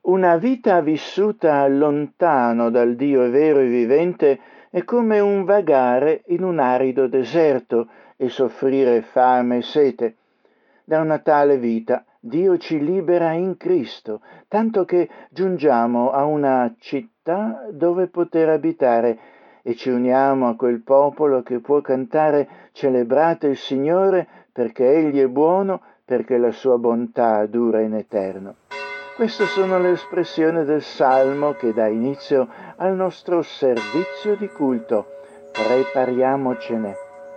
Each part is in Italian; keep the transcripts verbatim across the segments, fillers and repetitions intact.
Una vita vissuta lontano dal Dio vero e vivente è come un vagare in un arido deserto e soffrire fame e sete. Da una tale vita Dio ci libera in Cristo, tanto che giungiamo a una città dove poter abitare e ci uniamo a quel popolo che può cantare «Celebrate il Signore perché Egli è buono, perché la sua bontà dura in eterno». Queste sono le espressioni del Salmo che dà inizio al nostro servizio di culto. Prepariamocene.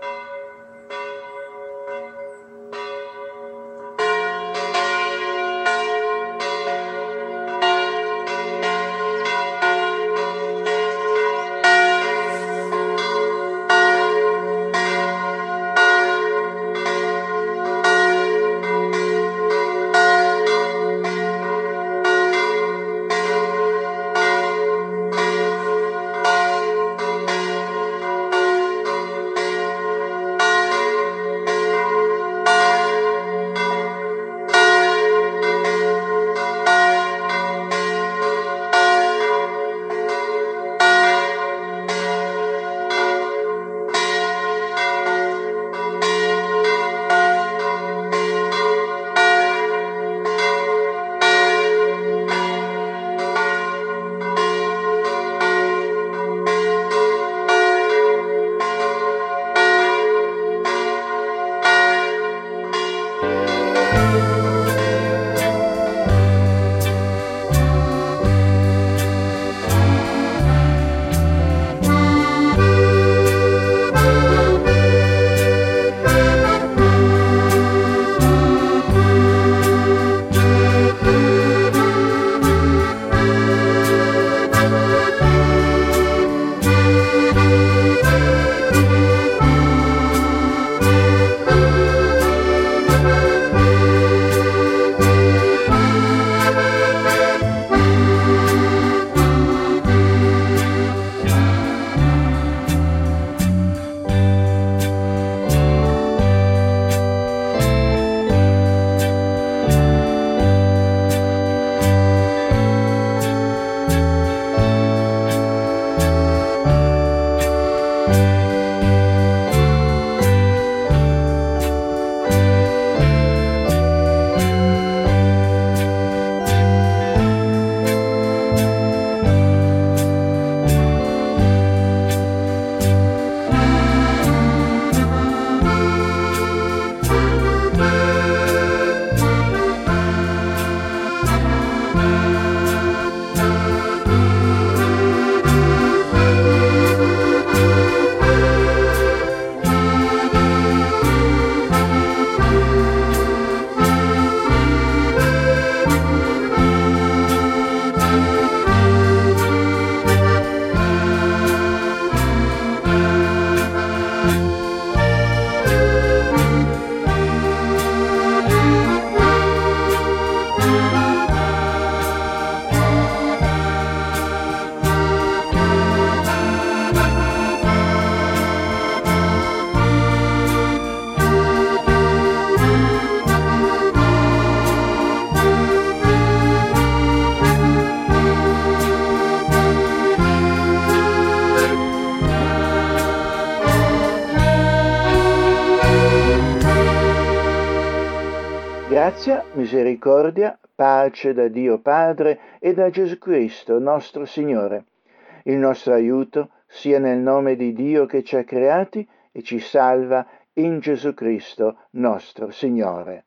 Grazia, misericordia, pace da Dio Padre e da Gesù Cristo, nostro Signore. Il nostro aiuto sia nel nome di Dio che ci ha creati e ci salva in Gesù Cristo, nostro Signore.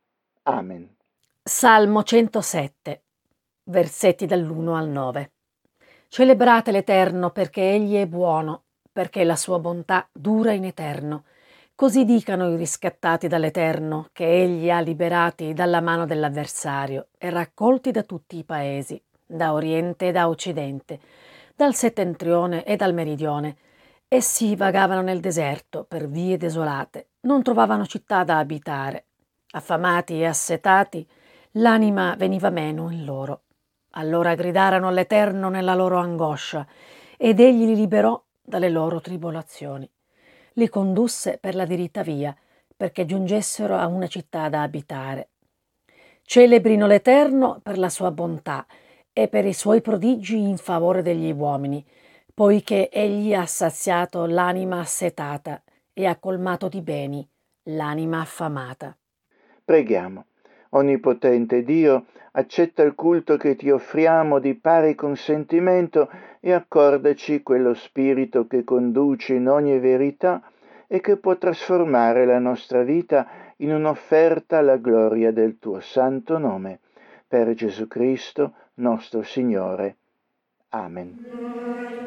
Amen. Salmo centosette, versetti dall'uno al nove. Celebrate l'Eterno perché Egli è buono, perché la sua bontà dura in eterno. Così dicano i riscattati dall'Eterno, che Egli ha liberati dalla mano dell'avversario e raccolti da tutti i paesi, da oriente e da occidente, dal settentrione e dal meridione. Essi vagavano nel deserto per vie desolate, non trovavano città da abitare. Affamati e assetati, l'anima veniva meno in loro. Allora gridarono all'Eterno nella loro angoscia, ed Egli li liberò dalle loro tribolazioni. Li condusse per la diritta via, perché giungessero a una città da abitare. Celebrino l'Eterno per la sua bontà e per i suoi prodigi in favore degli uomini, poiché egli ha saziato l'anima assetata e ha colmato di beni l'anima affamata. Preghiamo. Onnipotente Dio, accetta il culto che ti offriamo di pari consentimento e accordaci quello spirito che conduce in ogni verità e che può trasformare la nostra vita in un'offerta alla gloria del tuo santo nome. Per Gesù Cristo, nostro Signore. Amen.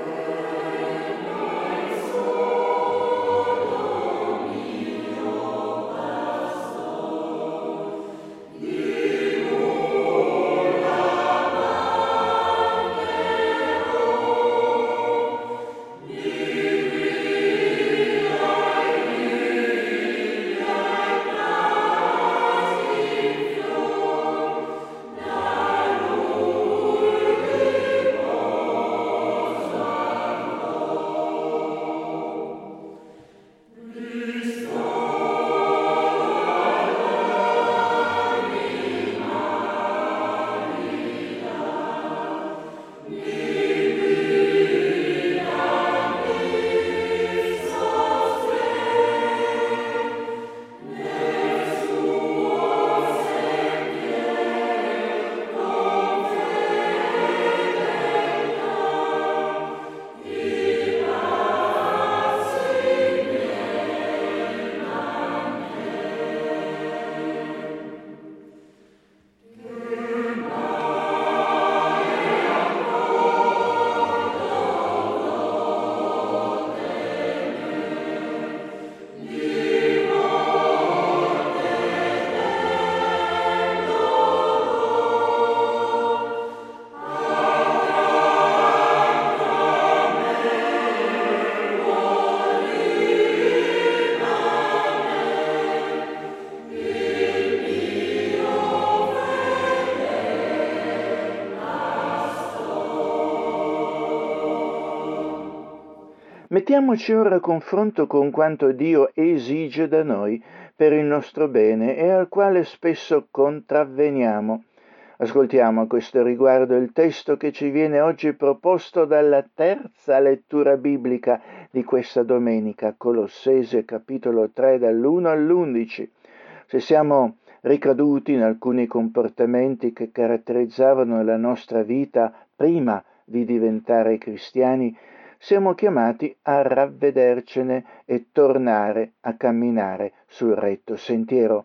Mettiamoci ora a confronto con quanto Dio esige da noi per il nostro bene e al quale spesso contravveniamo. Ascoltiamo a questo riguardo il testo che ci viene oggi proposto dalla terza lettura biblica di questa domenica, Colossesi capitolo tre dall'uno all'undici. Se siamo ricaduti in alcuni comportamenti che caratterizzavano la nostra vita prima di diventare cristiani, siamo chiamati a ravvedercene e tornare a camminare sul retto sentiero.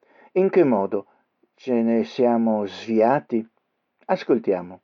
In che modo ce ne siamo sviati? Ascoltiamo.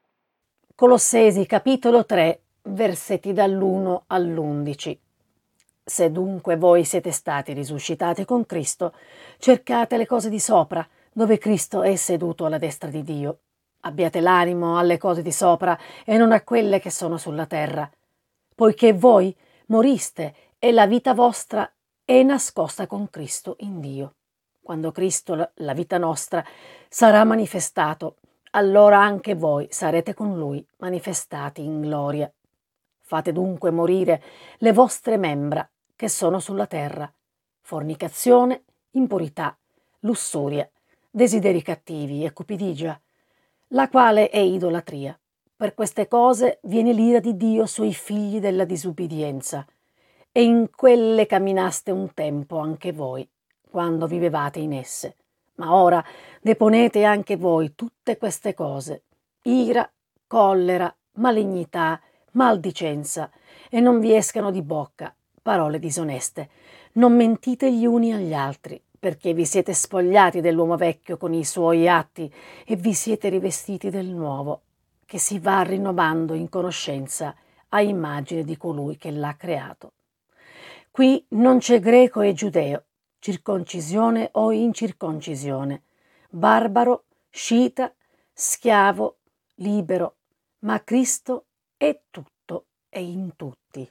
Colossesi capitolo tre, versetti dall'uno all'undici. Se dunque voi siete stati risuscitati con Cristo, cercate le cose di sopra, dove Cristo è seduto alla destra di Dio. Abbiate l'animo alle cose di sopra e non a quelle che sono sulla terra, poiché voi moriste e la vita vostra è nascosta con Cristo in Dio. Quando Cristo, la vita nostra, sarà manifestato, allora anche voi sarete con Lui manifestati in gloria. Fate dunque morire le vostre membra che sono sulla terra: fornicazione, impurità, lussuria, desideri cattivi e cupidigia, la quale è idolatria. Per queste cose viene l'ira di Dio sui figli della disubbidienza, e in quelle camminaste un tempo anche voi, quando vivevate in esse. Ma ora deponete anche voi tutte queste cose: ira, collera, malignità, maldicenza, e non vi escano di bocca parole disoneste. Non mentite gli uni agli altri, perché vi siete spogliati dell'uomo vecchio con i suoi atti e vi siete rivestiti del nuovo, che si va rinnovando in conoscenza a immagine di colui che l'ha creato. Qui non c'è greco e giudeo, circoncisione o incirconcisione, barbaro, scita, schiavo, libero, ma Cristo è tutto e in tutti.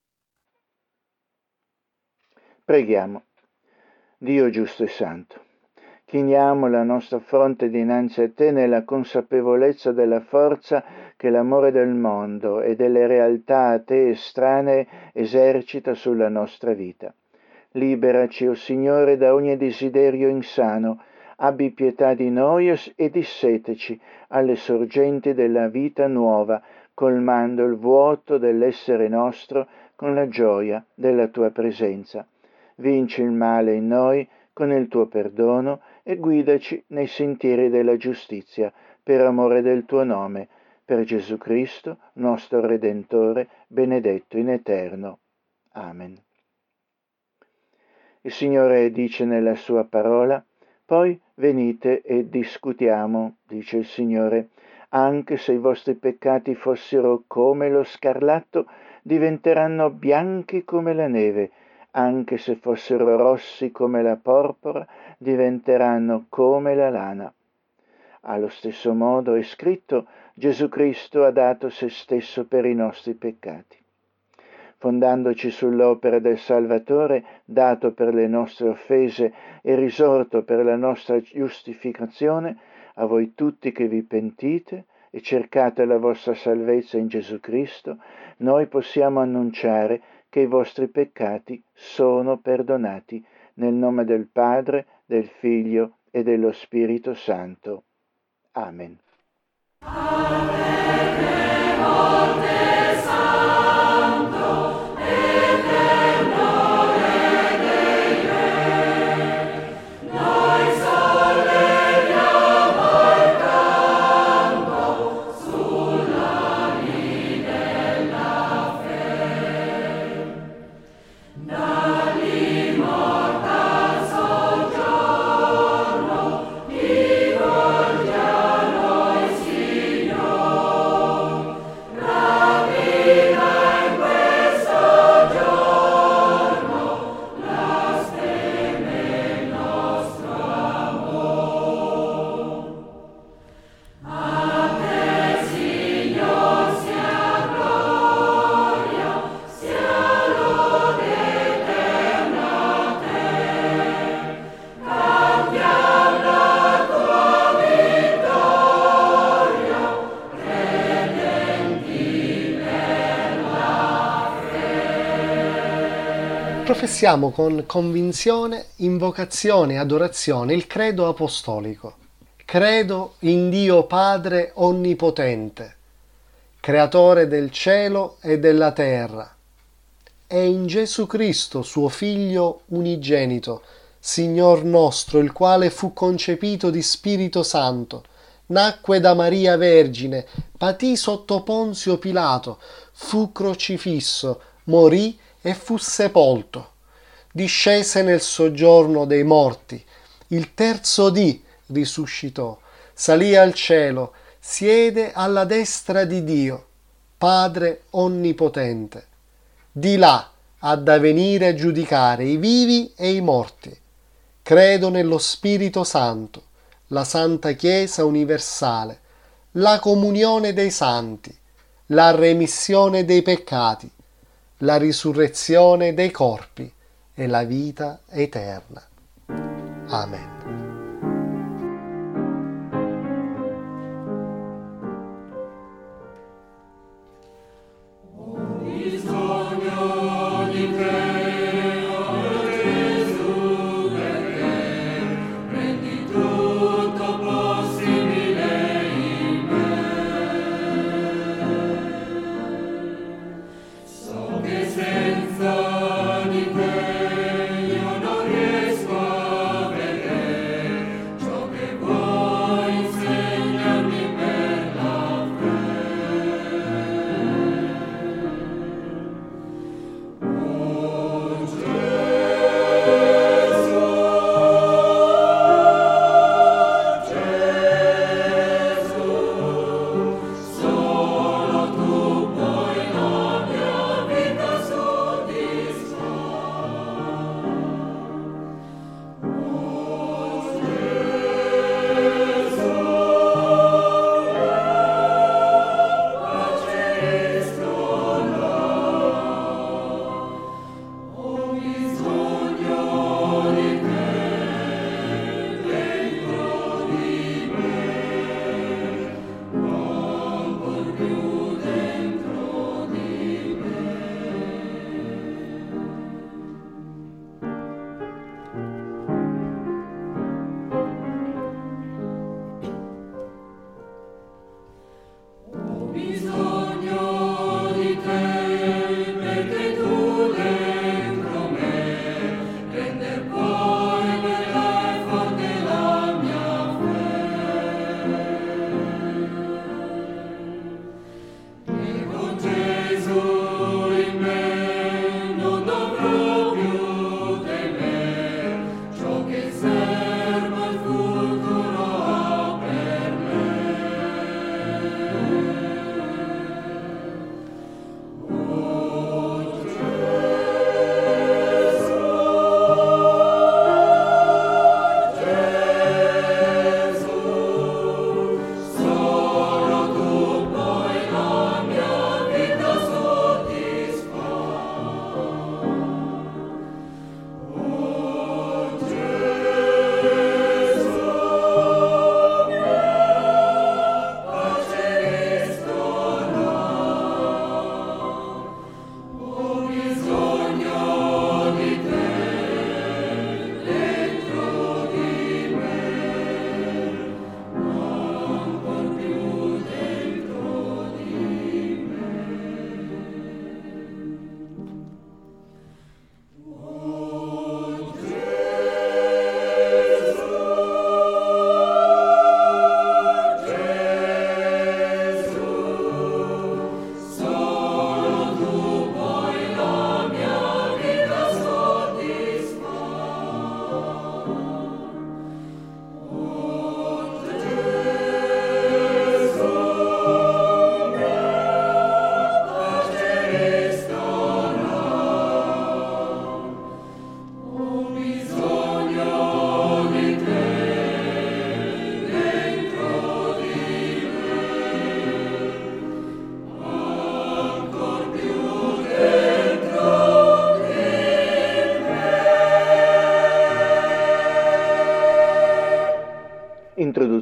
Preghiamo. Dio giusto e santo, chiniamo la nostra fronte dinanzi a te nella consapevolezza della forza che l'amore del mondo e delle realtà a te estranee esercita sulla nostra vita. Liberaci, o oh Signore, da ogni desiderio insano, abbi pietà di noi e disseteci alle sorgenti della vita nuova, colmando il vuoto dell'essere nostro con la gioia della tua presenza. Vinci il male in noi con il tuo perdono e guidaci nei sentieri della giustizia, per amore del tuo nome, per Gesù Cristo, nostro Redentore, benedetto in eterno. Amen. Il Signore dice nella sua parola: poi venite e discutiamo, dice il Signore, anche se i vostri peccati fossero come lo scarlatto, diventeranno bianchi come la neve, anche se fossero rossi come la porpora, diventeranno come la lana. Allo stesso modo è scritto: Gesù Cristo ha dato se stesso per i nostri peccati. Fondandoci sull'opera del Salvatore, dato per le nostre offese e risorto per la nostra giustificazione, a voi tutti che vi pentite e cercate la vostra salvezza in Gesù Cristo, noi possiamo annunciare che i vostri peccati sono perdonati, nel nome del Padre, del Figlio e dello Spirito Santo. Amen. Professiamo con convinzione, invocazione e adorazione il credo apostolico. Credo in Dio Padre Onnipotente, Creatore del cielo e della terra, e in Gesù Cristo, suo Figlio unigenito, Signor nostro, il quale fu concepito di Spirito Santo, nacque da Maria Vergine, patì sotto Ponzio Pilato, fu crocifisso, morì e fu sepolto. Discese nel soggiorno dei morti, il terzo dì risuscitò, salì al cielo, siede alla destra di Dio, Padre Onnipotente. Di là ha da venire a giudicare i vivi e i morti. Credo nello Spirito Santo, la Santa Chiesa universale, la comunione dei santi, la remissione dei peccati, la risurrezione dei corpi e la vita eterna. Amen. Senza di te io non riesco a vedere.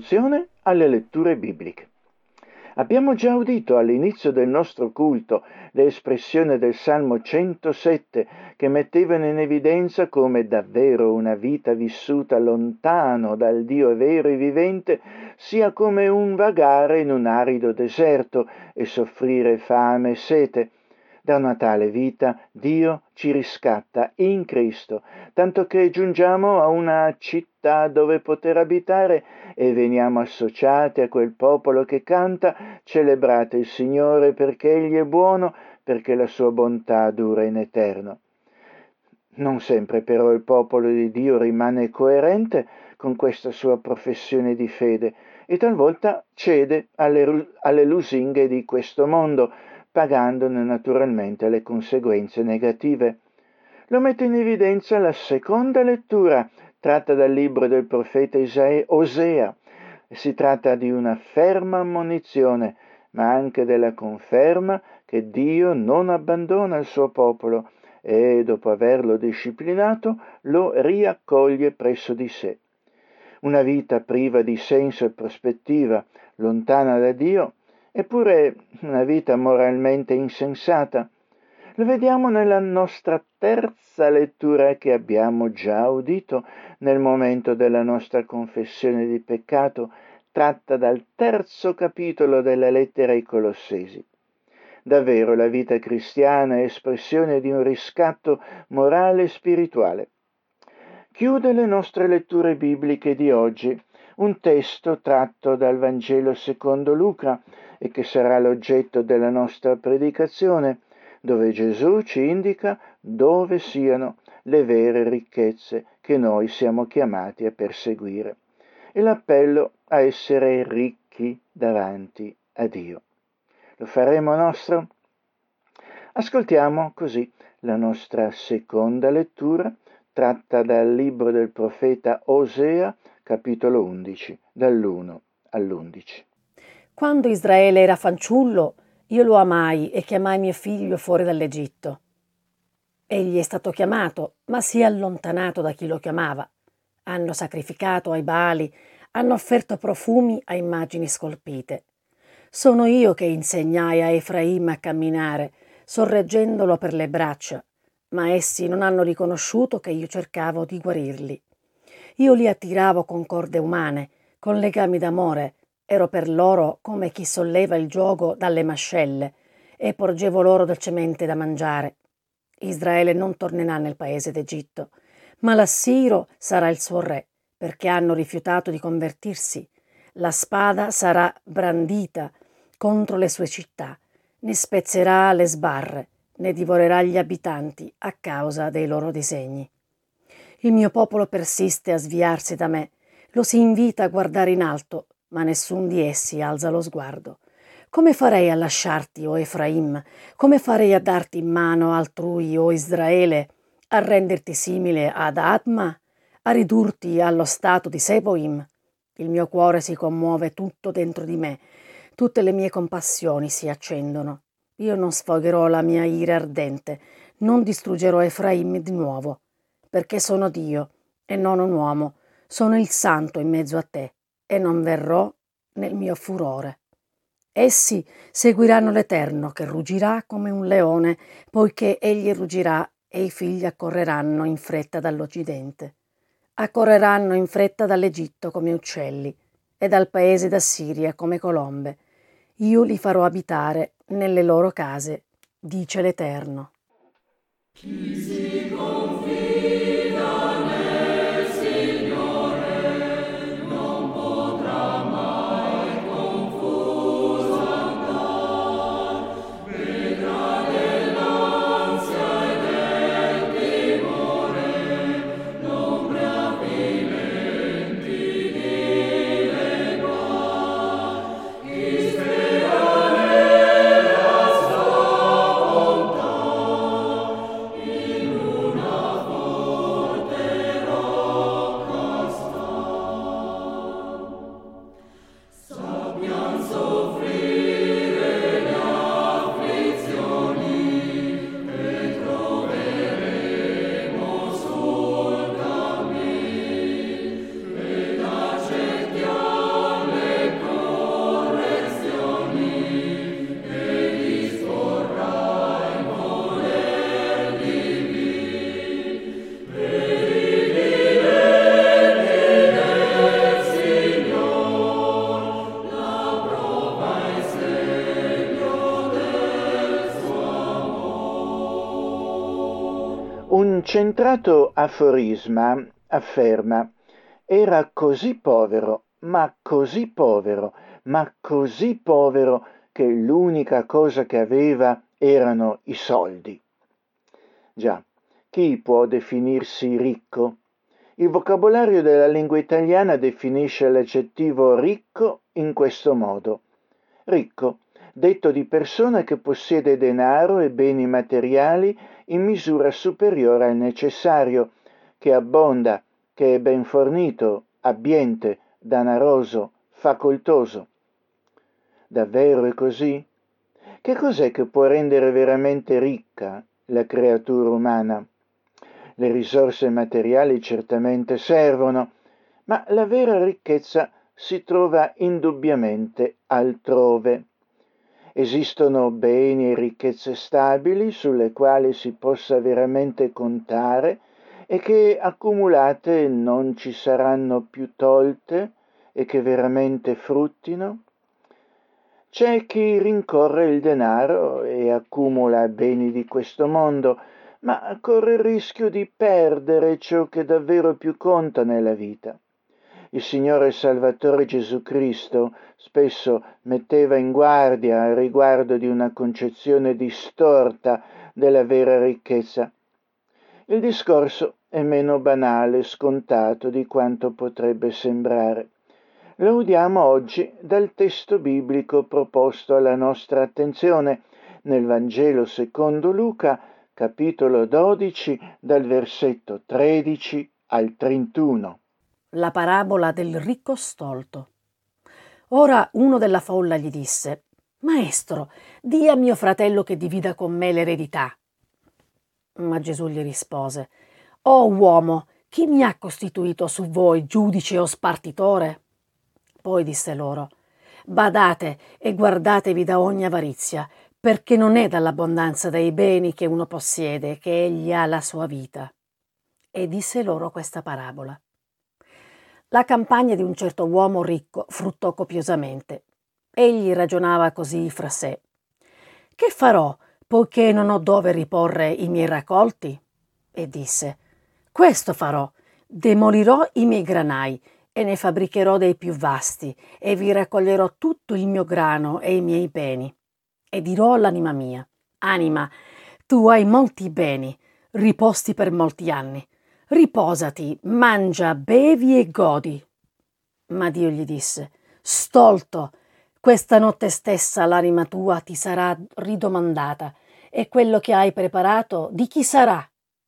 introduzione alle letture bibliche. Abbiamo già udito all'inizio del nostro culto l'espressione del Salmo centosette che mettevano in evidenza come davvero una vita vissuta lontano dal Dio vero e vivente sia come un vagare in un arido deserto e soffrire fame e sete. Da una tale vita Dio ci riscatta in Cristo, tanto che giungiamo a una città dove poter abitare e veniamo associati a quel popolo che canta: celebrate il Signore perché Egli è buono, perché la sua bontà dura in eterno. Non sempre però il popolo di Dio rimane coerente con questa sua professione di fede e talvolta cede alle, alle lusinghe di questo mondo, pagandone naturalmente le conseguenze negative. Lo mette in evidenza la seconda lettura tratta dal libro del profeta Isaia, Osea. Si tratta di una ferma ammonizione, ma anche della conferma che Dio non abbandona il suo popolo e, dopo averlo disciplinato, lo riaccoglie presso di sé. Una vita priva di senso e prospettiva, lontana da Dio, eppure una vita moralmente insensata. Lo vediamo nella nostra terza lettura che abbiamo già udito nel momento della nostra confessione di peccato, tratta dal terzo capitolo della lettera ai Colossesi. Davvero la vita cristiana è espressione di un riscatto morale e spirituale. Chiude le nostre letture bibliche di oggi un testo tratto dal Vangelo secondo Luca e che sarà l'oggetto della nostra predicazione, dove Gesù ci indica dove siano le vere ricchezze che noi siamo chiamati a perseguire e l'appello a essere ricchi davanti a Dio. Lo faremo nostro? Ascoltiamo così la nostra seconda lettura tratta dal libro del profeta Osea, capitolo undici, dall'uno all'undici. Quando Israele era fanciullo, io lo amai e chiamai mio figlio fuori dall'Egitto. Egli è stato chiamato, ma si è allontanato da chi lo chiamava. Hanno sacrificato ai Baali, hanno offerto profumi a immagini scolpite. Sono io che insegnai a Efraim a camminare, sorreggendolo per le braccia, ma essi non hanno riconosciuto che io cercavo di guarirli. Io li attiravo con corde umane, con legami d'amore, ero per loro come chi solleva il giogo dalle mascelle e porgevo loro dolcemente da mangiare. Israele non tornerà nel paese d'Egitto, ma l'Assiro sarà il suo re, perché hanno rifiutato di convertirsi. La spada sarà brandita contro le sue città, ne spezzerà le sbarre, ne divorerà gli abitanti a causa dei loro disegni. Il mio popolo persiste a sviarsi da me, lo si invita a guardare in alto, ma nessun di essi alza lo sguardo. Come farei a lasciarti, o Efraim? Come farei a darti in mano altrui, o Israele? A renderti simile ad Adma? A ridurti allo stato di Seboim? Il mio cuore si commuove tutto dentro di me, tutte le mie compassioni si accendono. Io non sfogherò la mia ira ardente, non distruggerò Efraim di nuovo, perché sono Dio e non un uomo, sono il Santo in mezzo a te e non verrò nel mio furore. Essi seguiranno l'Eterno che ruggirà come un leone, poiché egli ruggirà e i figli accorreranno in fretta dall'Occidente. Accorreranno in fretta dall'Egitto come uccelli e dal paese d'Assiria come colombe. Io li farò abitare nelle loro case, dice l'Eterno. Chi si confida nel Signore non potrà mai confuso andar, vedrà dell'ansia e del timore l'ombra viventi dilegua. Chi spera nella sua bontà, in Un centrato aforisma afferma: era così povero, ma così povero, ma così povero che l'unica cosa che aveva erano i soldi. Già, chi può definirsi ricco? Il vocabolario della lingua italiana definisce l'aggettivo ricco in questo modo: ricco, detto di persona che possiede denaro e beni materiali in misura superiore al necessario, che abbonda, che è ben fornito, abbiente, danaroso, facoltoso. Davvero è così? Che cos'è che può rendere veramente ricca la creatura umana? Le risorse materiali certamente servono, ma la vera ricchezza si trova indubbiamente altrove. Esistono beni e ricchezze stabili sulle quali si possa veramente contare e che accumulate non ci saranno più tolte e che veramente fruttino? C'è chi rincorre il denaro e accumula beni di questo mondo, ma corre il rischio di perdere ciò che davvero più conta nella vita. Il Signore Salvatore Gesù Cristo spesso metteva in guardia al riguardo di una concezione distorta della vera ricchezza. Il discorso è meno banale e scontato di quanto potrebbe sembrare. Lo udiamo oggi dal testo biblico proposto alla nostra attenzione nel Vangelo secondo Luca, capitolo dodici, dal versetto tredici al trentuno. La parabola del ricco stolto. Ora uno della folla gli disse: Maestro, di a mio fratello che divida con me l'eredità. Ma Gesù gli rispose: O uomo, chi mi ha costituito su voi giudice o spartitore? Poi disse loro: Badate e guardatevi da ogni avarizia, perché non è dall'abbondanza dei beni che uno possiede che egli ha la sua vita. E disse loro questa parabola. La campagna di un certo uomo ricco fruttò copiosamente. Egli ragionava così fra sé: Che farò, poiché non ho dove riporre i miei raccolti? E disse: Questo farò, demolirò i miei granai e ne fabbricherò dei più vasti, e vi raccoglierò tutto il mio grano e i miei beni. E dirò all'anima mia: Anima, tu hai molti beni, riposti per molti anni. Riposati, mangia, bevi e godi. Ma Dio gli disse: Stolto, questa notte stessa l'anima tua ti sarà ridomandata, e quello che hai preparato di chi sarà?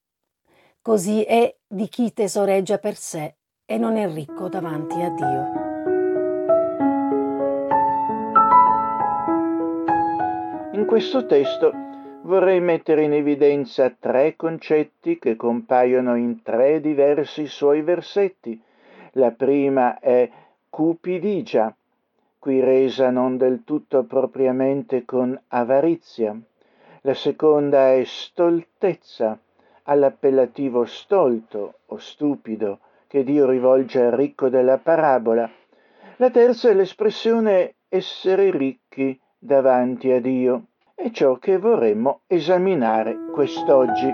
Così è di chi tesoreggia per sé e non è ricco davanti a Dio. In questo testo vorrei mettere in evidenza tre concetti che compaiono in tre diversi suoi versetti. La prima è cupidigia, qui resa non del tutto propriamente con avarizia. La seconda è stoltezza, all'appellativo stolto o stupido che Dio rivolge al ricco della parabola. La terza è l'espressione essere ricchi davanti a Dio. È ciò che vorremmo esaminare quest'oggi.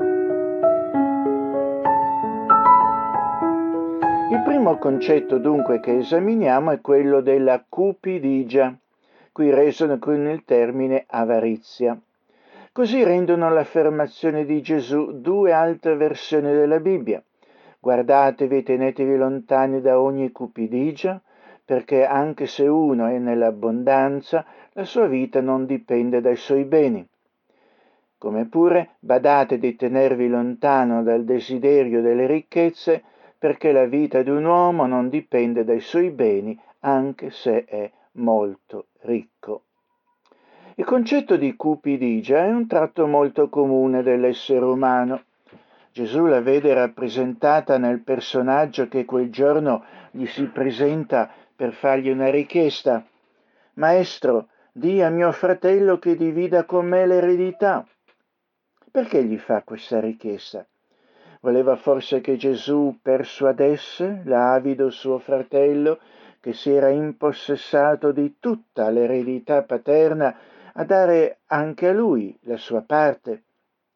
Il primo concetto dunque che esaminiamo è quello della cupidigia, qui reso con il termine avarizia. Così rendono l'affermazione di Gesù due altre versioni della Bibbia. Guardatevi e tenetevi lontani da ogni cupidigia, perché anche se uno è nell'abbondanza, la sua vita non dipende dai suoi beni. Come pure badate di tenervi lontano dal desiderio delle ricchezze, perché la vita di un uomo non dipende dai suoi beni, anche se è molto ricco. Il concetto di cupidigia è un tratto molto comune dell'essere umano. Gesù la vede rappresentata nel personaggio che quel giorno gli si presenta per fargli una richiesta. Maestro, di a mio fratello che divida con me l'eredità. Perché gli fa questa richiesta? Voleva forse che Gesù persuadesse l'avido suo fratello, che si era impossessato di tutta l'eredità paterna, a dare anche a lui la sua parte.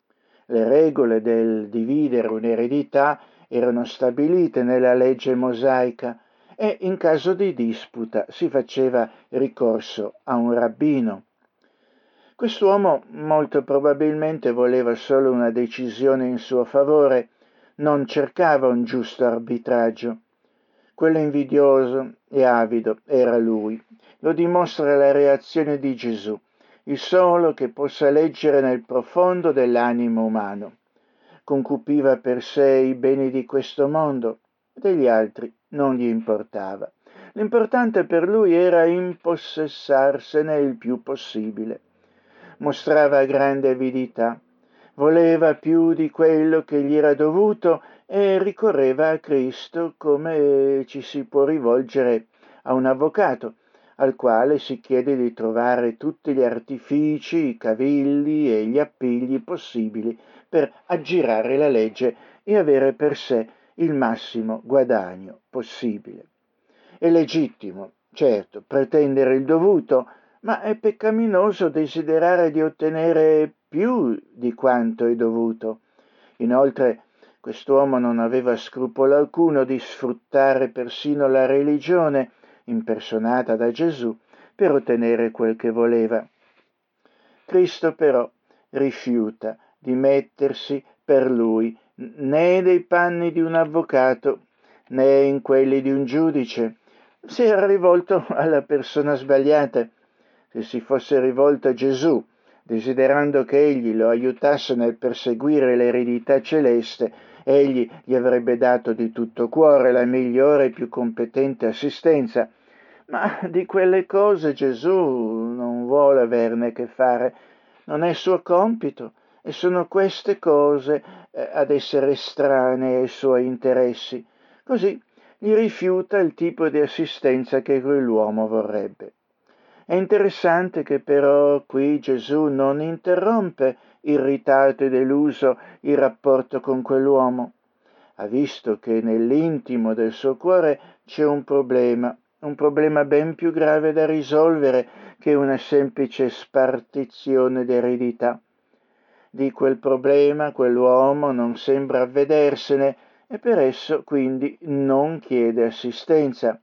Le regole del dividere un'eredità erano stabilite nella legge mosaica e in caso di disputa si faceva ricorso a un rabbino. Quest'uomo molto probabilmente voleva solo una decisione in suo favore, non cercava un giusto arbitraggio. Quello invidioso e avido era lui. Lo dimostra la reazione di Gesù, il solo che possa leggere nel profondo dell'animo umano. Concupiva per sé i beni di questo mondo, degli altri non gli importava. L'importante per lui era impossessarsene il più possibile. Mostrava grande avidità, voleva più di quello che gli era dovuto e ricorreva a Cristo come ci si può rivolgere a un avvocato, al quale si chiede di trovare tutti gli artifici, i cavilli e gli appigli possibili per aggirare la legge e avere per sé il massimo guadagno possibile. È legittimo, certo, pretendere il dovuto, ma è peccaminoso desiderare di ottenere più di quanto è dovuto. Inoltre, quest'uomo non aveva scrupolo alcuno di sfruttare persino la religione, impersonata da Gesù, per ottenere quel che voleva. Cristo però rifiuta di mettersi per lui né nei panni di un avvocato né in quelli di un giudice. Si era rivolto alla persona sbagliata. Se si fosse rivolto a Gesù, desiderando che egli lo aiutasse nel perseguire l'eredità celeste, egli gli avrebbe dato di tutto cuore la migliore e più competente assistenza. Ma di quelle cose Gesù non vuole averne che fare, non è suo compito, e sono queste cose eh, ad essere estranee ai suoi interessi. Così gli rifiuta il tipo di assistenza che quell'uomo vorrebbe. È interessante che però qui Gesù non interrompe irritato e deluso il rapporto con quell'uomo. Ha visto che nell'intimo del suo cuore c'è un problema, un problema ben più grave da risolvere che una semplice spartizione d'eredità. Di quel problema quell'uomo non sembra avvedersene e per esso quindi non chiede assistenza.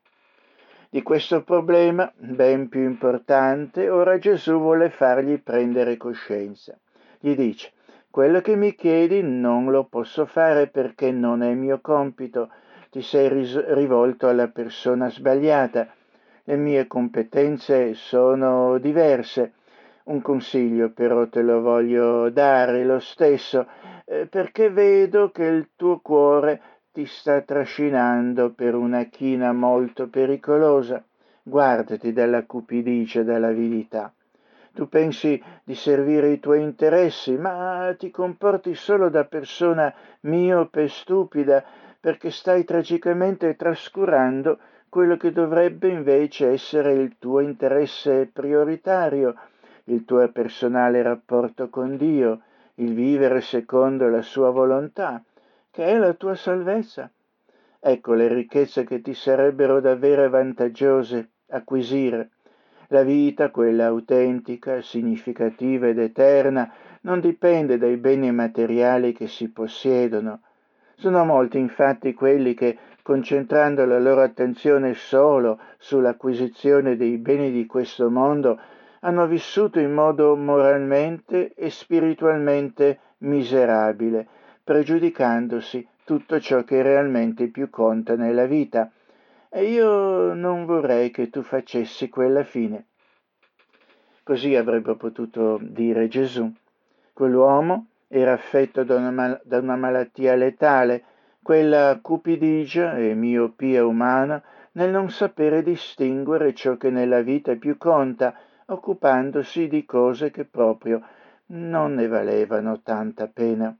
Di questo problema, ben più importante, ora Gesù vuole fargli prendere coscienza. Gli dice: quello che mi chiedi non lo posso fare perché non è mio compito, ti sei ris- rivolto alla persona sbagliata, le mie competenze sono diverse. Un consiglio però te lo voglio dare lo stesso, eh, perché vedo che il tuo cuore ti sta trascinando per una china molto pericolosa. Guardati dalla cupidigia e dall'avidità. Tu pensi di servire i tuoi interessi, ma ti comporti solo da persona miope e stupida, perché stai tragicamente trascurando quello che dovrebbe invece essere il tuo interesse prioritario, il tuo personale rapporto con Dio, il vivere secondo la sua volontà, che è la tua salvezza. Ecco le ricchezze che ti sarebbero davvero vantaggiose acquisire. La vita, quella autentica, significativa ed eterna, non dipende dai beni materiali che si possiedono. Sono molti infatti quelli che, concentrando la loro attenzione solo sull'acquisizione dei beni di questo mondo, hanno vissuto in modo moralmente e spiritualmente miserabile, pregiudicandosi tutto ciò che realmente più conta nella vita. E io non vorrei che tu facessi quella fine. Così avrebbe potuto dire Gesù. Quell'uomo era affetto da una, mal- da una malattia letale, quella cupidigia e miopia umana nel non sapere distinguere ciò che nella vita più conta, occupandosi di cose che proprio non ne valevano tanta pena.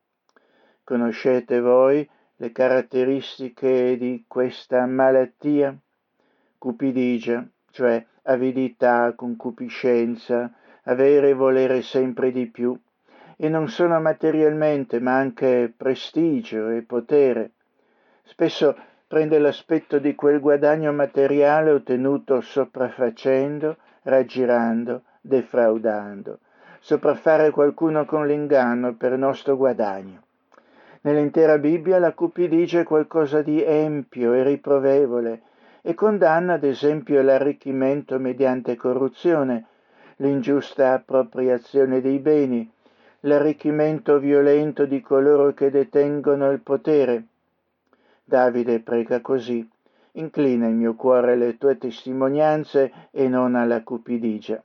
Conoscete voi le caratteristiche di questa malattia? Cupidigia, cioè avidità, concupiscenza, avere e volere sempre di più, e non solo materialmente, ma anche prestigio e potere. Spesso prende l'aspetto di quel guadagno materiale ottenuto sopraffacendo, raggirando, defraudando. sopraffare qualcuno con l'inganno per nostro guadagno. Nell'intera Bibbia la cupidigia è qualcosa di empio e riprovevole e condanna ad esempio l'arricchimento mediante corruzione, l'ingiusta appropriazione dei beni, l'arricchimento violento di coloro che detengono il potere. Davide prega così: inclina il mio cuore alle tue testimonianze e non alla cupidigia.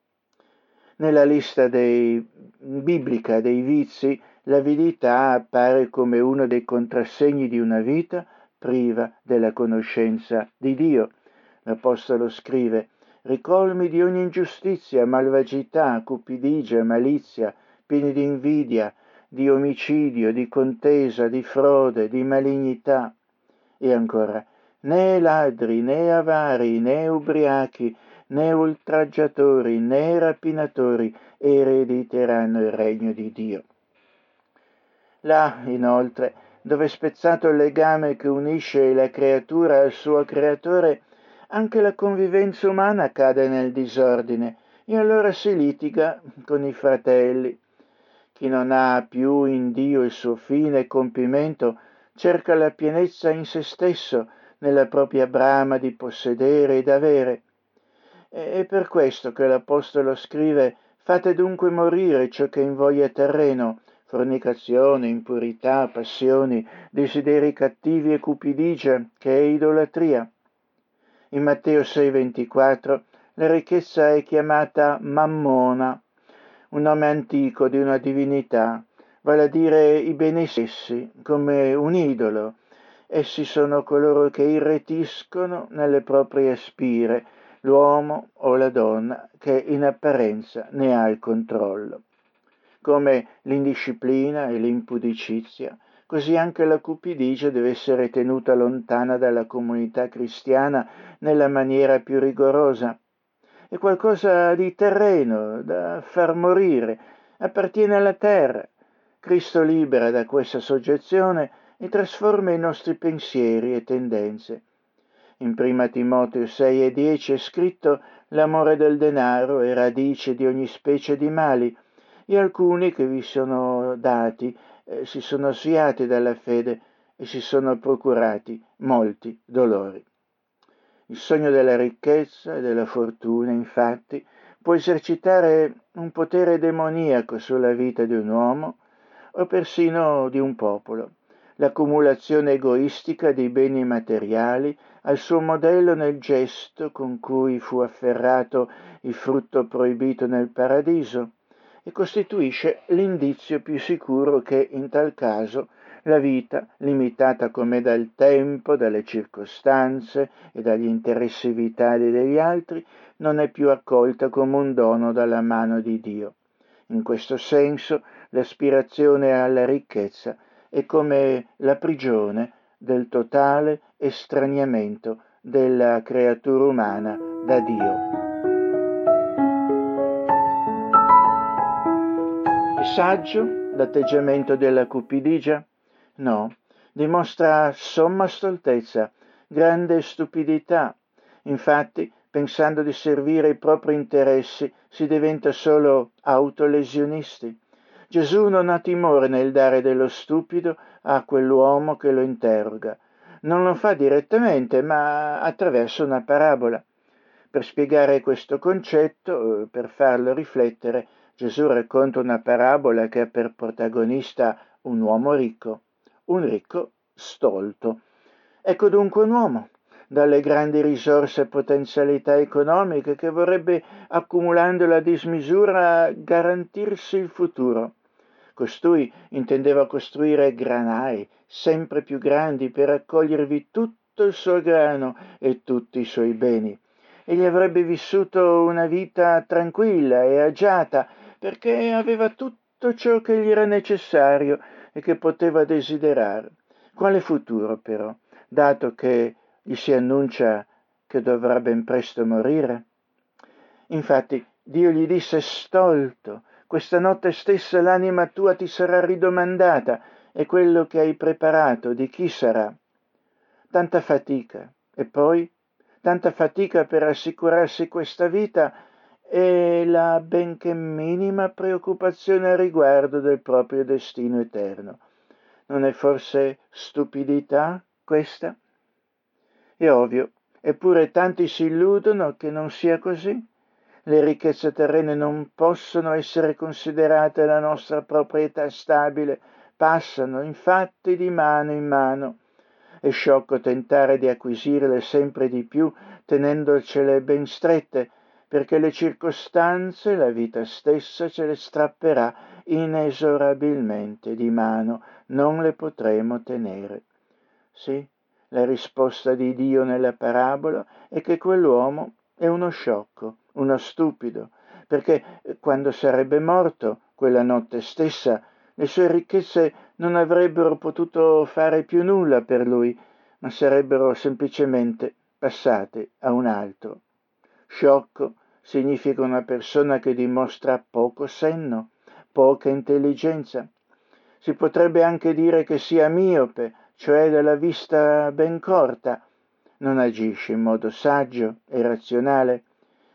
Nella lista dei, biblica dei vizi, l'avidità appare come uno dei contrassegni di una vita priva della conoscenza di Dio. L'Apostolo scrive: ricolmi di ogni ingiustizia, malvagità, cupidigia, malizia, pieni di invidia, di omicidio, di contesa, di frode, di malignità. E ancora: né ladri, né avari, né ubriachi, né oltraggiatori, né rapinatori erediteranno il regno di Dio. Là, inoltre, dove è spezzato il legame che unisce la creatura al suo creatore, anche la convivenza umana cade nel disordine e allora si litiga con i fratelli. Chi non ha più in Dio il suo fine e compimento cerca la pienezza in se stesso, nella propria brama di possedere ed avere. È per questo che l'Apostolo scrive: fate dunque morire ciò che in voi è terreno, fornicazione, impurità, passioni, desideri cattivi e cupidigia, che è idolatria. In Matteo sei ventiquattro la ricchezza è chiamata mammona, un nome antico di una divinità, vale a dire i beni stessi, come un idolo. Essi sono coloro che irretiscono nelle proprie spire l'uomo o la donna che in apparenza ne ha il controllo. Come l'indisciplina e l'impudicizia, così anche la cupidigia deve essere tenuta lontana dalla comunità cristiana nella maniera più rigorosa. È qualcosa di terreno, da far morire, appartiene alla terra. Cristo libera da questa soggezione e trasforma i nostri pensieri e tendenze. In prima Timoteo sei e dieci è scritto: l'amore del denaro è radice di ogni specie di mali, e alcuni che vi sono dati eh, si sono sviati dalla fede e si sono procurati molti dolori. Il sogno della ricchezza e della fortuna, infatti, può esercitare un potere demoniaco sulla vita di un uomo o persino di un popolo. L'accumulazione egoistica dei beni materiali ha il suo modello nel gesto con cui fu afferrato il frutto proibito nel paradiso e costituisce l'indizio più sicuro che, in tal caso, la vita, limitata come dal tempo, dalle circostanze e dagli interessi vitali degli altri, non è più accolta come un dono dalla mano di Dio. In questo senso, l'aspirazione alla ricchezza è come la prigione del totale estraniamento della creatura umana da Dio. È saggio l'atteggiamento della cupidigia? No, dimostra somma stoltezza, grande stupidità. Infatti, pensando di servire i propri interessi, si diventa solo autolesionisti. Gesù non ha timore nel dare dello stupido a quell'uomo che lo interroga. Non lo fa direttamente, ma attraverso una parabola. Per spiegare questo concetto, per farlo riflettere, Gesù racconta una parabola che ha per protagonista un uomo ricco, un ricco stolto. Ecco dunque un uomo dalle grandi risorse e potenzialità economiche che vorrebbe, accumulando a dismisura, garantirsi il futuro. Costui intendeva costruire granai sempre più grandi per raccogliervi tutto il suo grano e tutti i suoi beni. Egli avrebbe vissuto una vita tranquilla e agiata perché aveva tutto ciò che gli era necessario e che poteva desiderare. Quale futuro però, dato che gli si annuncia che dovrà ben presto morire? Infatti Dio gli disse: stolto, questa notte stessa l'anima tua ti sarà ridomandata e quello che hai preparato di chi sarà? Tanta fatica, e poi tanta fatica per assicurarsi questa vita e la benché minima preoccupazione a riguardo del proprio destino eterno. Non è forse stupidità questa? È ovvio, eppure tanti si illudono che non sia così. Le ricchezze terrene non possono essere considerate la nostra proprietà stabile, passano infatti di mano in mano. È sciocco tentare di acquisirle sempre di più tenendocele ben strette, perché le circostanze, la vita stessa ce le strapperà inesorabilmente di mano, non le potremo tenere. Sì, la risposta di Dio nella parabola è che quell'uomo è uno sciocco, uno stupido, perché quando sarebbe morto, quella notte stessa, le sue ricchezze non avrebbero potuto fare più nulla per lui, ma sarebbero semplicemente passate a un altro. Sciocco significa una persona che dimostra poco senno, poca intelligenza. Si potrebbe anche dire che sia miope, cioè dalla vista ben corta, non agisce in modo saggio e razionale.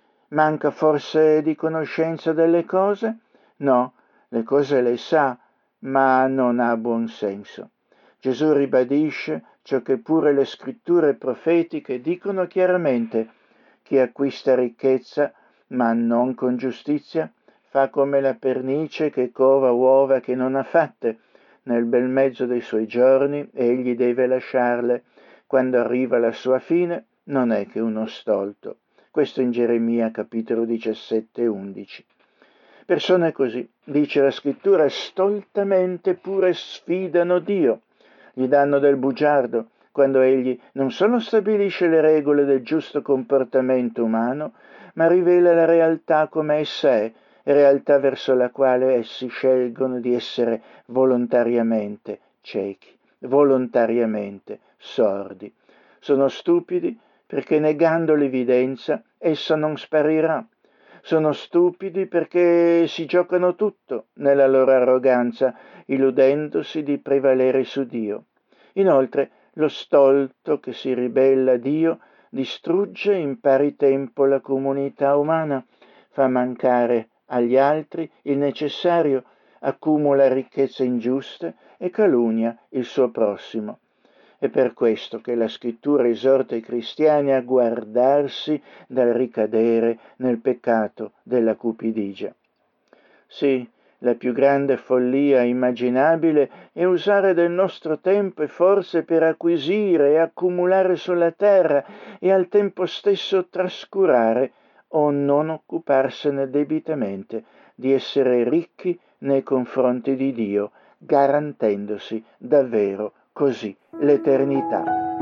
Manca forse di conoscenza delle cose? No, le cose le sa, ma non ha buon senso. Gesù ribadisce ciò che pure le scritture profetiche dicono chiaramente: chi acquista ricchezza, ma non con giustizia, fa come la pernice che cova uova che non ha fatte. Nel bel mezzo dei suoi giorni egli deve lasciarle. Quando arriva la sua fine, non è che uno stolto. Questo in Geremia capitolo diciassette, undici. Persone così, dice la scrittura, stoltamente pure sfidano Dio. Gli danno del bugiardo, quando egli non solo stabilisce le regole del giusto comportamento umano, ma rivela la realtà come essa è, realtà verso la quale essi scelgono di essere volontariamente ciechi, volontariamente sordi. Sono stupidi perché negando l'evidenza essa non sparirà. Sono stupidi perché si giocano tutto nella loro arroganza, illudendosi di prevalere su Dio. Inoltre, lo stolto che si ribella a Dio distrugge in pari tempo la comunità umana, fa mancare agli altri il necessario, accumula ricchezze ingiuste e calunnia il suo prossimo. È per questo che la scrittura esorta i cristiani a guardarsi dal ricadere nel peccato della cupidigia. Sì, la più grande follia immaginabile è usare del nostro tempo e forze per acquisire e accumulare sulla terra e al tempo stesso trascurare o non occuparsene debitamente di essere ricchi nei confronti di Dio, garantendosi davvero così l'eternità.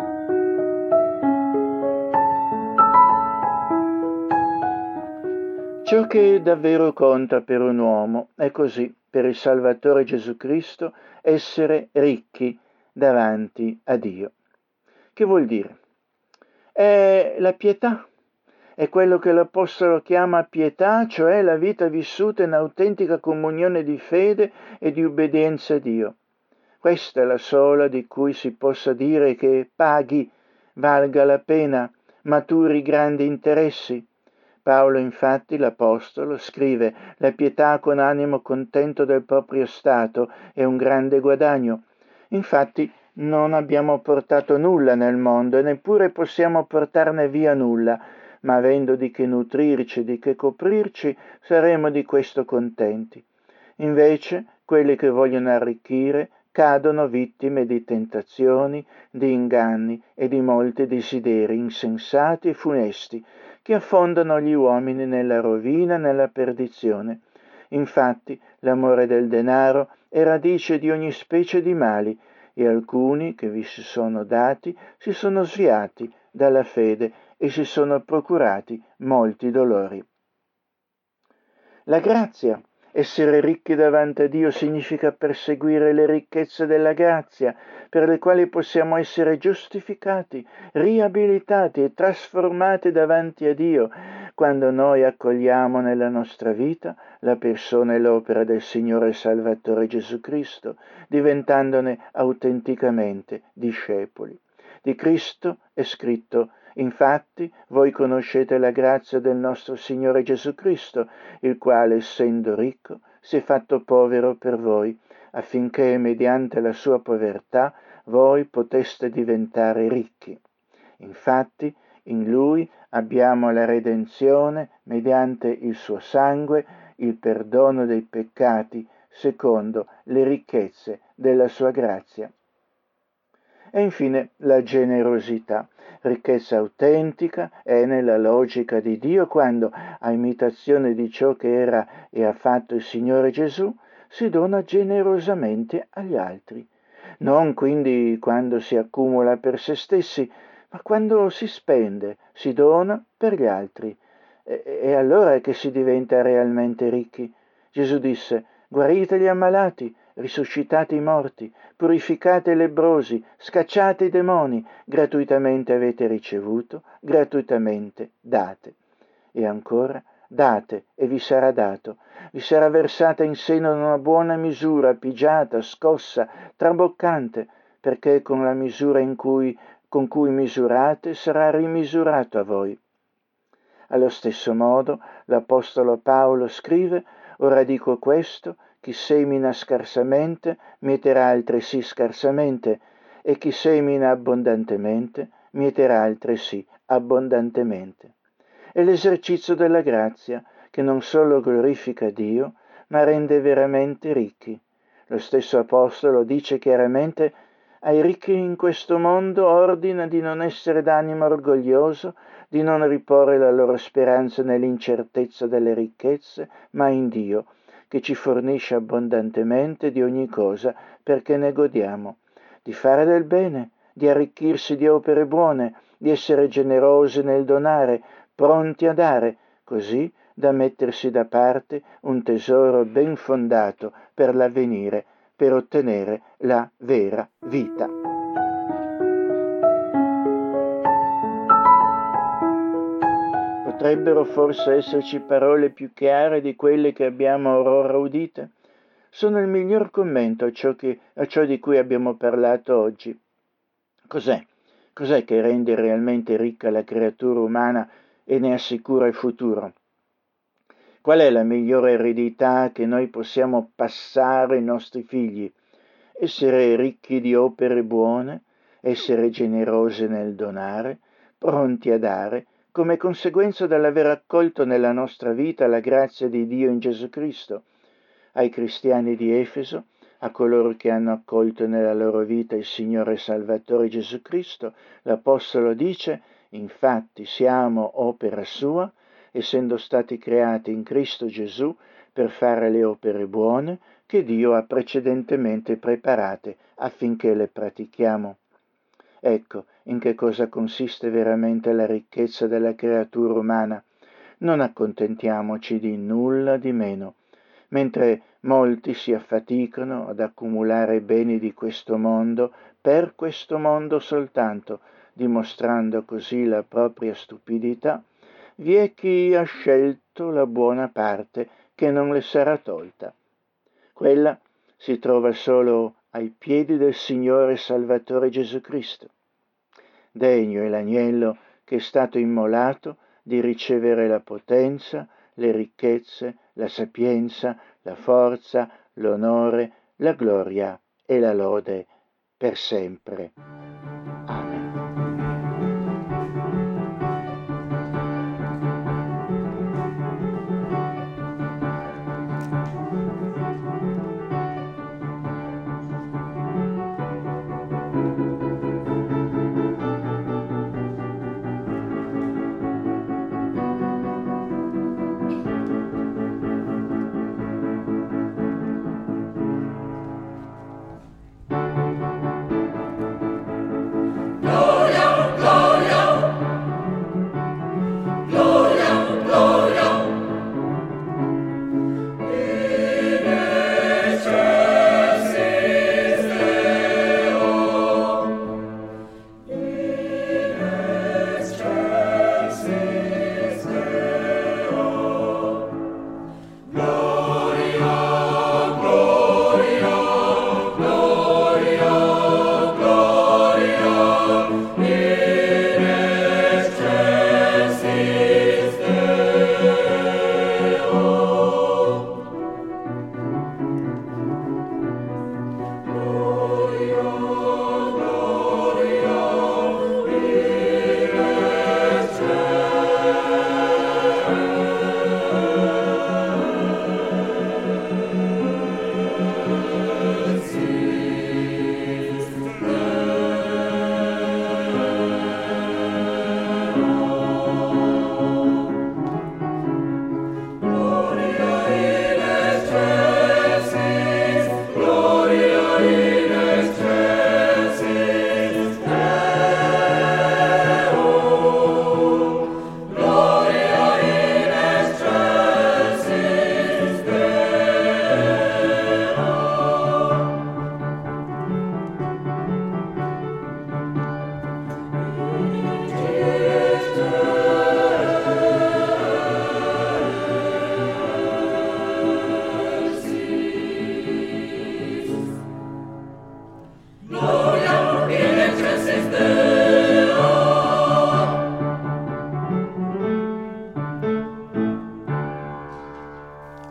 Ciò che davvero conta per un uomo è così, per il Salvatore Gesù Cristo, essere ricchi davanti a Dio. Che vuol dire? È la pietà, è quello che l'Apostolo chiama pietà, cioè la vita vissuta in autentica comunione di fede e di obbedienza a Dio. Questa è la sola di cui si possa dire che paghi, valga la pena, maturi grandi interessi. Paolo, infatti, l'Apostolo, scrive: la pietà con animo contento del proprio stato è un grande guadagno. Infatti, non abbiamo portato nulla nel mondo e neppure possiamo portarne via nulla, ma avendo di che nutrirci, di che coprirci, saremo di questo contenti. Invece, quelli che vogliono arricchire cadono vittime di tentazioni, di inganni e di molti desideri insensati e funesti che affondano gli uomini nella rovina e nella perdizione. Infatti, l'amore del denaro è radice di ogni specie di mali e alcuni che vi si sono dati si sono sviati dalla fede e si sono procurati molti dolori. La grazia. Essere ricchi davanti a Dio significa perseguire le ricchezze della grazia, per le quali possiamo essere giustificati, riabilitati e trasformati davanti a Dio, quando noi accogliamo nella nostra vita la persona e l'opera del Signore Salvatore Gesù Cristo, diventandone autenticamente discepoli. Di Cristo è scritto: Infatti, voi conoscete la grazia del nostro Signore Gesù Cristo, il quale, essendo ricco, si è fatto povero per voi, affinché, mediante la sua povertà, voi poteste diventare ricchi. Infatti, in Lui abbiamo la redenzione, mediante il suo sangue, il perdono dei peccati, secondo le ricchezze della sua grazia. E infine la generosità, ricchezza autentica, è nella logica di Dio quando, a imitazione di ciò che era e ha fatto il Signore Gesù, si dona generosamente agli altri. Non quindi quando si accumula per se stessi, ma quando si spende, si dona per gli altri. E, e allora è che si diventa realmente ricchi. Gesù disse: guarite gli ammalati, risuscitate i morti, purificate i lebbrosi, scacciate i demoni, gratuitamente avete ricevuto, gratuitamente date. E ancora, date e vi sarà dato, vi sarà versata in seno una buona misura, pigiata, scossa, traboccante, perché con la misura in cui, con cui misurate sarà rimisurato a voi. Allo stesso modo l'Apostolo Paolo scrive: ora dico questo, chi semina scarsamente mieterà altresì scarsamente, e chi semina abbondantemente mieterà altresì abbondantemente. È l'esercizio della grazia che non solo glorifica Dio, ma rende veramente ricchi. Lo stesso Apostolo dice chiaramente: ai ricchi in questo mondo ordina di non essere d'animo orgoglioso, di non riporre la loro speranza nell'incertezza delle ricchezze, ma in Dio, che ci fornisce abbondantemente di ogni cosa perché ne godiamo, di fare del bene, di arricchirsi di opere buone, di essere generosi nel donare, pronti a dare, così da mettersi da parte un tesoro ben fondato per l'avvenire, per ottenere la vera vita. Potrebbero forse esserci parole più chiare di quelle che abbiamo ora udite? Sono il miglior commento a ciò, che, a ciò di cui abbiamo parlato oggi. Cos'è? Cos'è che rende realmente ricca la creatura umana e ne assicura il futuro? Qual è la migliore eredità che noi possiamo passare ai nostri figli? Essere ricchi di opere buone, essere generosi nel donare, pronti a dare, come conseguenza dell'aver accolto nella nostra vita la grazia di Dio in Gesù Cristo. Ai cristiani di Efeso, a coloro che hanno accolto nella loro vita il Signore Salvatore Gesù Cristo, l'Apostolo dice: infatti siamo opera sua, essendo stati creati in Cristo Gesù per fare le opere buone che Dio ha precedentemente preparate affinché le pratichiamo. Ecco in che cosa consiste veramente la ricchezza della creatura umana. Non accontentiamoci di nulla di meno. Mentre molti si affaticano ad accumulare beni di questo mondo, per questo mondo soltanto, dimostrando così la propria stupidità, vi è chi ha scelto la buona parte che non le sarà tolta. Quella si trova solo ai piedi del Signore Salvatore Gesù Cristo. Degno è l'agnello che è stato immolato di ricevere la potenza, le ricchezze, la sapienza, la forza, l'onore, la gloria e la lode per sempre. Amen.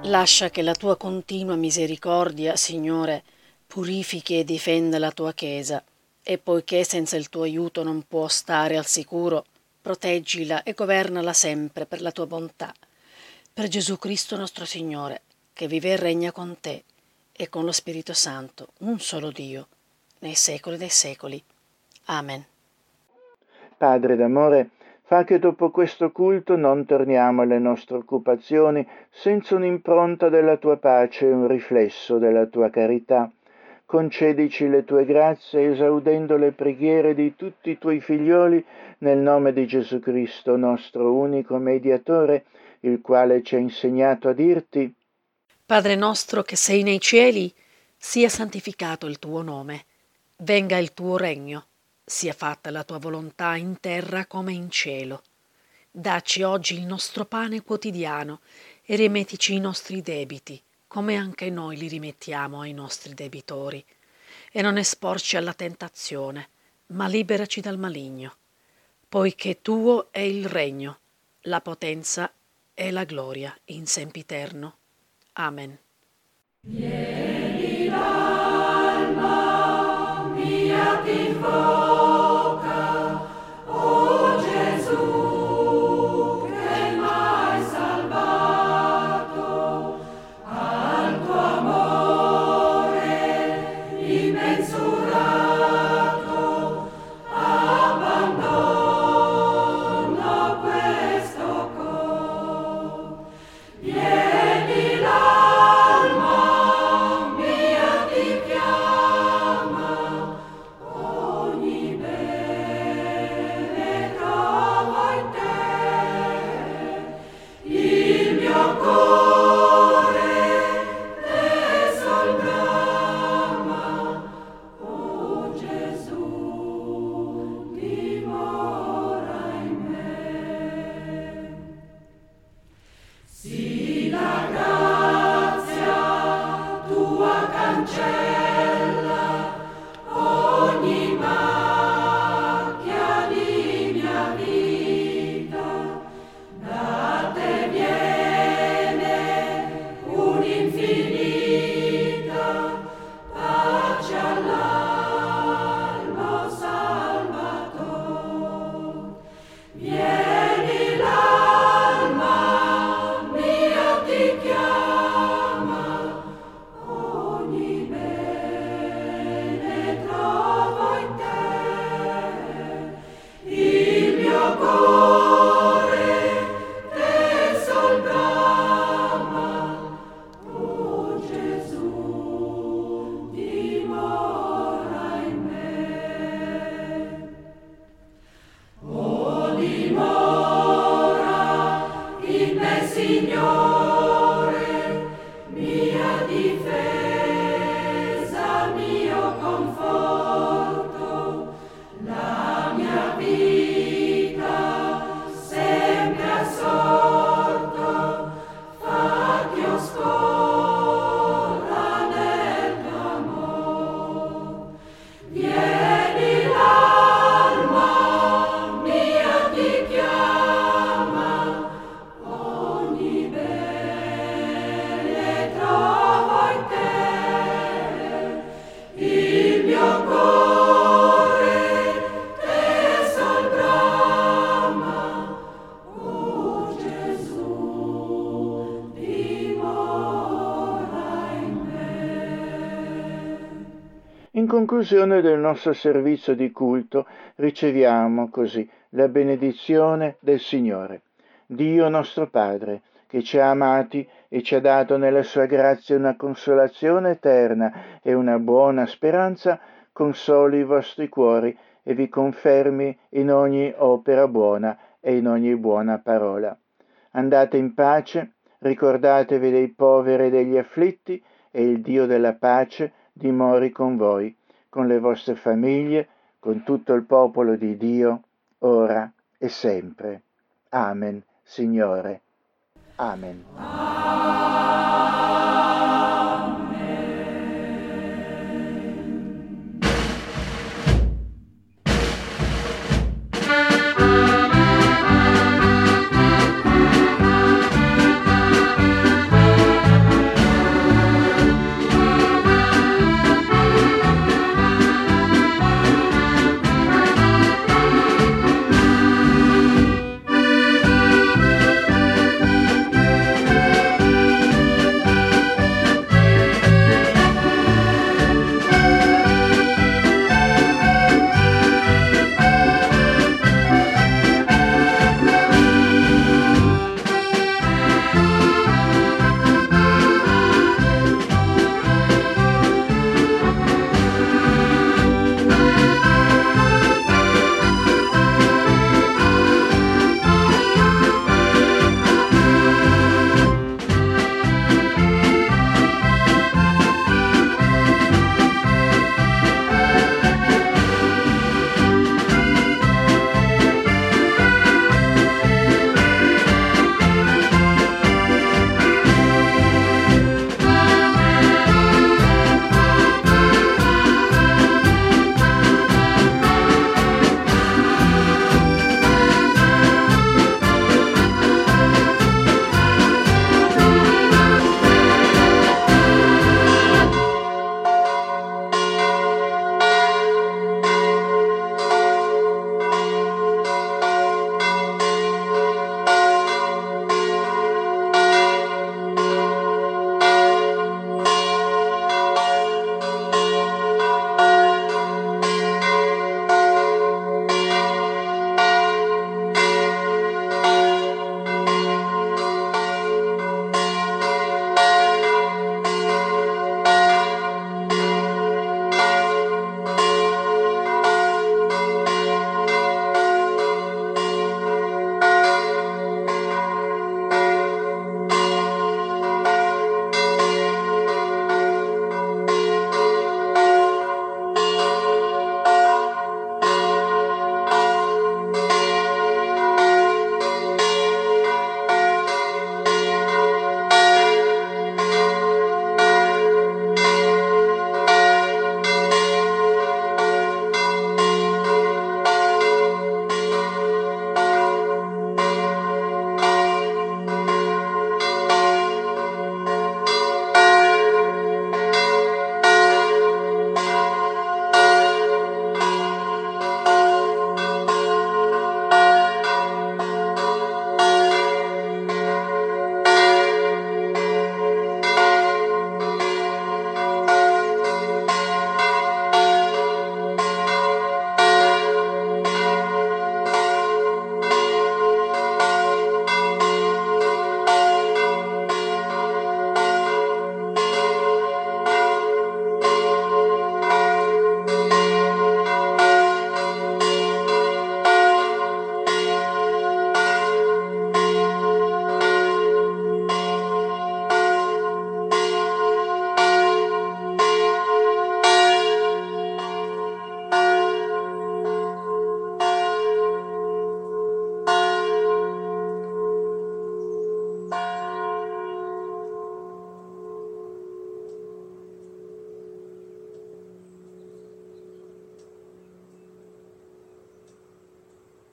Lascia che la tua continua misericordia, Signore, purifichi e difenda la tua Chiesa, e poiché senza il tuo aiuto non può stare al sicuro, proteggila e governala sempre per la tua bontà. Per Gesù Cristo nostro Signore, che vive e regna con te e con lo Spirito Santo, un solo Dio, nei secoli dei secoli. Amen. Padre d'amore, fa che dopo questo culto non torniamo alle nostre occupazioni senza un'impronta della tua pace e un riflesso della tua carità. Concedici le tue grazie esaudendo le preghiere di tutti i tuoi figlioli nel nome di Gesù Cristo, nostro unico mediatore, il quale ci ha insegnato a dirti: Padre nostro che sei nei cieli, sia santificato il tuo nome, venga il tuo regno, sia fatta la tua volontà in terra come in cielo. Dacci oggi il nostro pane quotidiano e rimettici i nostri debiti, come anche noi li rimettiamo ai nostri debitori. E non esporci alla tentazione, ma liberaci dal maligno, poiché tuo è il regno, la potenza e la gloria in sempiterno. Amen. Vieni l'alma mia ti invoca, o Gesù che m'hai salvato, al tuo amore immisurato abbandono questo cor. Vieni l'alma mia ti chiama, ogni bene trovo in te, il mio cuore te sol brama, o Gesù dimora in me. Sì, la grazia tua cancella ogni macchia di mia vita, da te viene un'infinita pace all'alma, Salvator. Vieni l'alma mia ti chiama, ogni bene trovo in te, il mio cuore te sol brama, o Gesù dimora in me. O dimora in me, Signore, mia difesa, mio conforto, la mia vita sempre assorto, fa che io scorra nel tuo amor. Vieni l'alma mia ti chiama, ogni bene trovo in te, il mio cuore te sol brama, o Gesù dimora in me. In conclusione del nostro servizio di culto riceviamo così la benedizione del Signore. Dio nostro Padre, che ci ha amati e ci ha dato nella sua grazia una consolazione eterna e una buona speranza, consoli i vostri cuori e vi confermi in ogni opera buona e in ogni buona parola. Andate in pace, ricordatevi dei poveri e degli afflitti, e il Dio della pace dimori con voi, con le vostre famiglie, con tutto il popolo di Dio, ora e sempre. Amen, Signore. Amen.